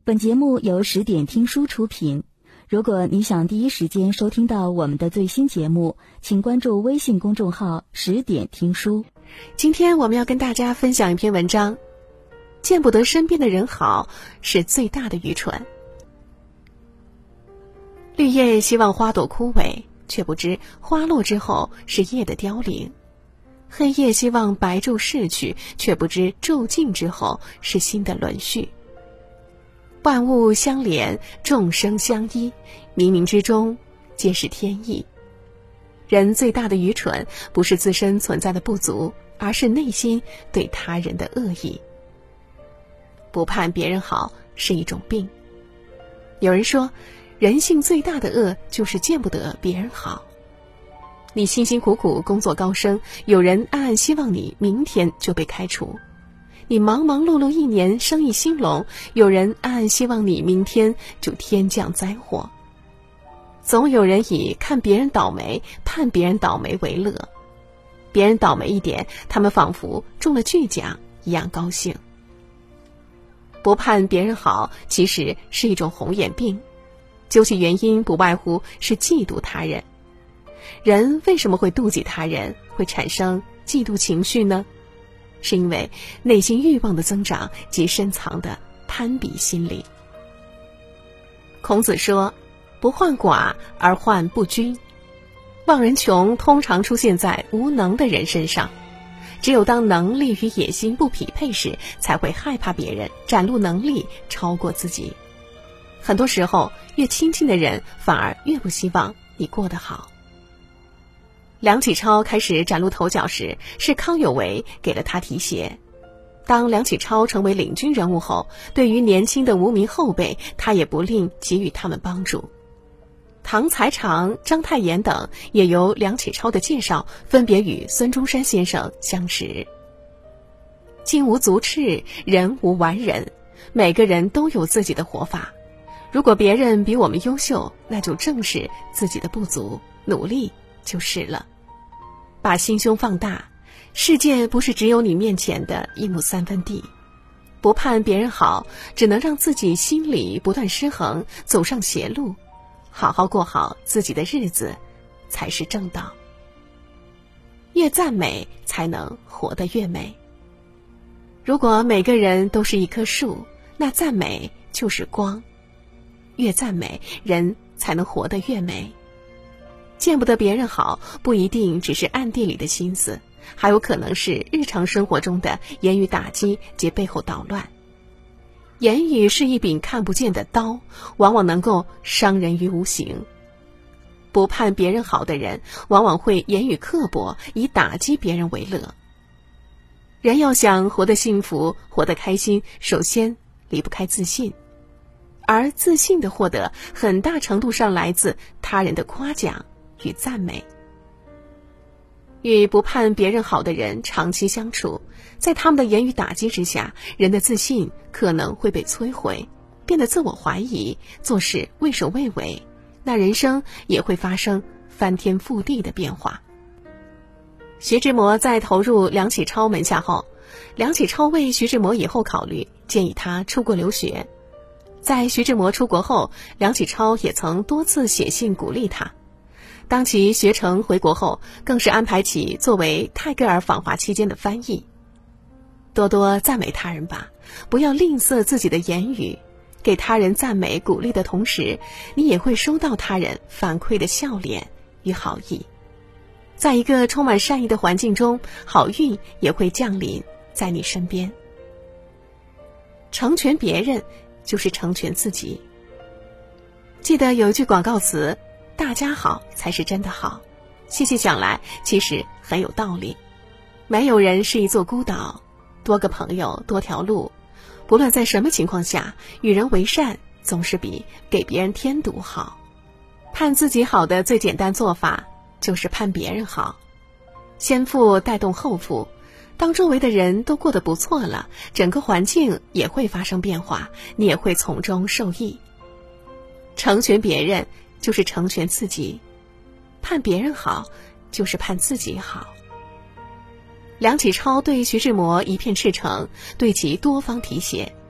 本节目由10点听书出品。如果你想第一时间收听到我们的最新节目，请关注微信公众号10点听书。 今天我们要跟大家分享一篇文章，见不得身边的人好是最大的愚蠢。绿叶希望花朵枯萎，却不知花落之后是叶的凋零；黑夜希望白昼逝去，却不知昼尽之后是心的轮序。万物相连，众生相依，冥冥之中皆是天意。人最大的愚蠢，不是自身存在的不足，而是内心对他人的恶意。不盼别人好是一种病。有人说，人性最大的恶就是见不得别人好。你辛辛苦苦工作高升，有人暗暗希望你明天就被开除；你忙忙碌碌一年，生意兴隆，有人暗暗希望你明天就天降灾祸。总有人以看别人倒霉、盼别人倒霉为乐，别人倒霉一点，他们仿佛中了巨奖一样高兴。不盼别人好，其实是一种红眼病，究其原因，不外乎是嫉妒他人。人为什么会妒忌他人，会产生嫉妒情绪呢？是因为内心欲望的增长及深藏的攀比心理。孔子说，不患寡而患不均。望人穷通常出现在无能的人身上，只有当能力与野心不匹配时，才会害怕别人展露能力超过自己。很多时候，越亲近的人反而越不希望你过得好。梁启超开始崭露头角时，是康有为给了他提携。当梁启超成为领军人物后，对于年轻的无名后辈，他也不吝给予他们帮助。唐才常、章太炎等也由梁启超的介绍，分别与孙中山先生相识。金无足赤，人无完人，每个人都有自己的活法。如果别人比我们优秀，那就正是自己的不足，努力就是了。把心胸放大，世界不是只有你面前的1亩3分地。不盼别人好，只能让自己心里不断失衡，走上邪路。好好过好自己的日子，才是正道。越赞美，才能活得越美。如果每个人都是一棵树，那赞美就是光。越赞美，人才能活得越美。见不得别人好，不一定只是暗地里的心思，还有可能是日常生活中的言语打击及背后捣乱。言语是一柄看不见的刀，往往能够伤人于无形。不盼别人好的人，往往会言语刻薄，以打击别人为乐。人要想活得幸福，活得开心，首先离不开自信。而自信的获得，很大程度上来自他人的夸奖与赞美。与不盼别人好的人长期相处，在他们的言语打击之下，人的自信可能会被摧毁，变得自我怀疑，做事畏首畏尾，那人生也会发生翻天覆地的变化。徐志摩在投入梁启超门下后，梁启超为徐志摩以后考虑，建议他出国留学。在徐志摩出国后，梁启超也曾多次写信鼓励他。当其学成回国后，更是安排其作为泰戈尔访华期间的翻译。多多赞美他人吧，不要吝啬自己的言语，给他人赞美鼓励的同时，你也会收到他人反馈的笑脸与好意。在一个充满善意的环境中，好运也会降临在你身边。成全别人就是成全自己。记得有一句广告词，大家好才是真的好。细细想来，其实很有道理。没有人是一座孤岛，多个朋友多条路。不论在什么情况下，与人为善总是比给别人添堵好。盼自己好的最简单做法，就是盼别人好。先富带动后富，当周围的人都过得不错了，整个环境也会发生变化，你也会从中受益。成全别人就是成全自己，盼别人好就是盼自己好。梁启超对徐志摩一片赤诚，对其多方提携，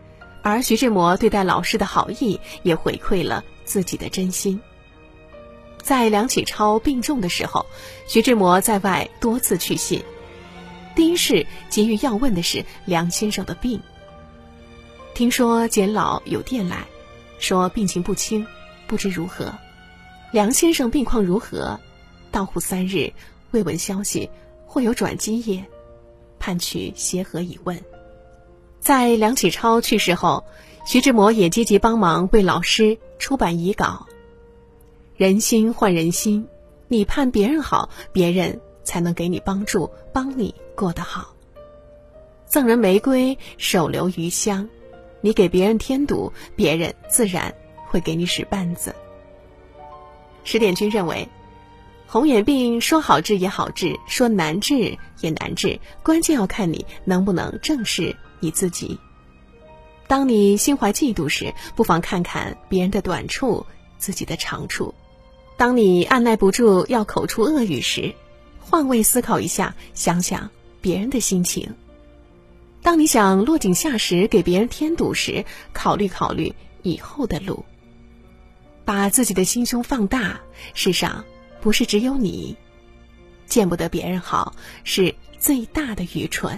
而徐志摩对待老师的好意也回馈了自己的真心。在梁启超病重的时候，徐志摩在外多次去信，第一事急于要问的是梁先生的病。听说简老有电来，说病情不轻，不知如何。梁先生病况如何？到沪3日，未闻消息，或有转机也，盼取协和以问。在梁启超去世后，徐志摩也积极帮忙为老师出版遗稿。人心换人心，你盼别人好，别人才能给你帮助，帮你过得好。赠人玫瑰，手留余香，你给别人添堵，别人自然会给你使绊子。石典君认为，红眼病说好治也好治，说难治也难治，关键要看你能不能正视你自己。当你心怀嫉妒时，不妨看看别人的短处，自己的长处。当你按耐不住要口出恶语时，换位思考一下，想想别人的心情。当你想落井下石给别人添堵时，考虑考虑以后的路。把自己的心胸放大，世上不是只有你，见不得别人好是最大的愚蠢。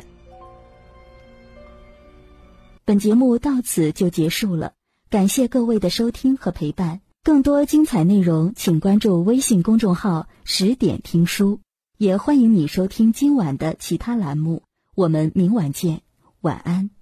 本节目到此就结束了，感谢各位的收听和陪伴。更多精彩内容请关注微信公众号10点听书，也欢迎你收听今晚的其他栏目。我们明晚见，晚安。